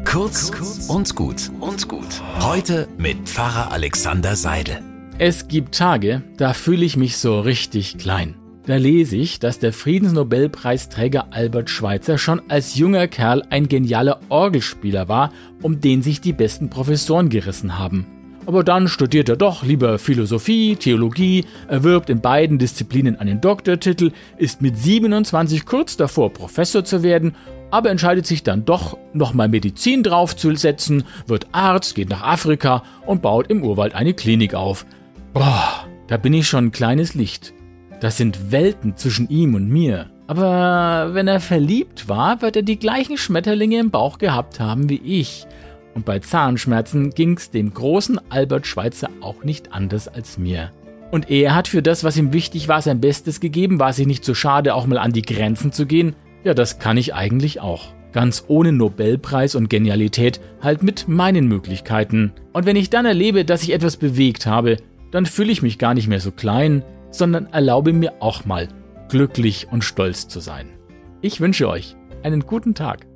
Kurz und gut. Heute mit Pfarrer Alexander Seidel. Es gibt Tage, da fühle ich mich so richtig klein. Da lese ich, dass der Friedensnobelpreisträger Albert Schweitzer schon als junger Kerl ein genialer Orgelspieler war, um den sich die besten Professoren gerissen haben. Aber dann studiert er doch lieber Philosophie, Theologie, erwirbt in beiden Disziplinen einen Doktortitel, ist mit 27 kurz davor, Professor zu werden, aber entscheidet sich dann doch, nochmal Medizin draufzusetzen, wird Arzt, geht nach Afrika und baut im Urwald eine Klinik auf. Boah, da bin ich schon ein kleines Licht. Das sind Welten zwischen ihm und mir. Aber wenn er verliebt war, wird er die gleichen Schmetterlinge im Bauch gehabt haben wie ich. Und bei Zahnschmerzen ging's dem großen Albert Schweitzer auch nicht anders als mir. Und er hat für das, was ihm wichtig war, sein Bestes gegeben, war sich nicht so schade, auch mal an die Grenzen zu gehen. Ja, das kann ich eigentlich auch. Ganz ohne Nobelpreis und Genialität, halt mit meinen Möglichkeiten. Und wenn ich dann erlebe, dass ich etwas bewegt habe, dann fühle ich mich gar nicht mehr so klein, sondern erlaube mir auch mal, glücklich und stolz zu sein. Ich wünsche euch einen guten Tag.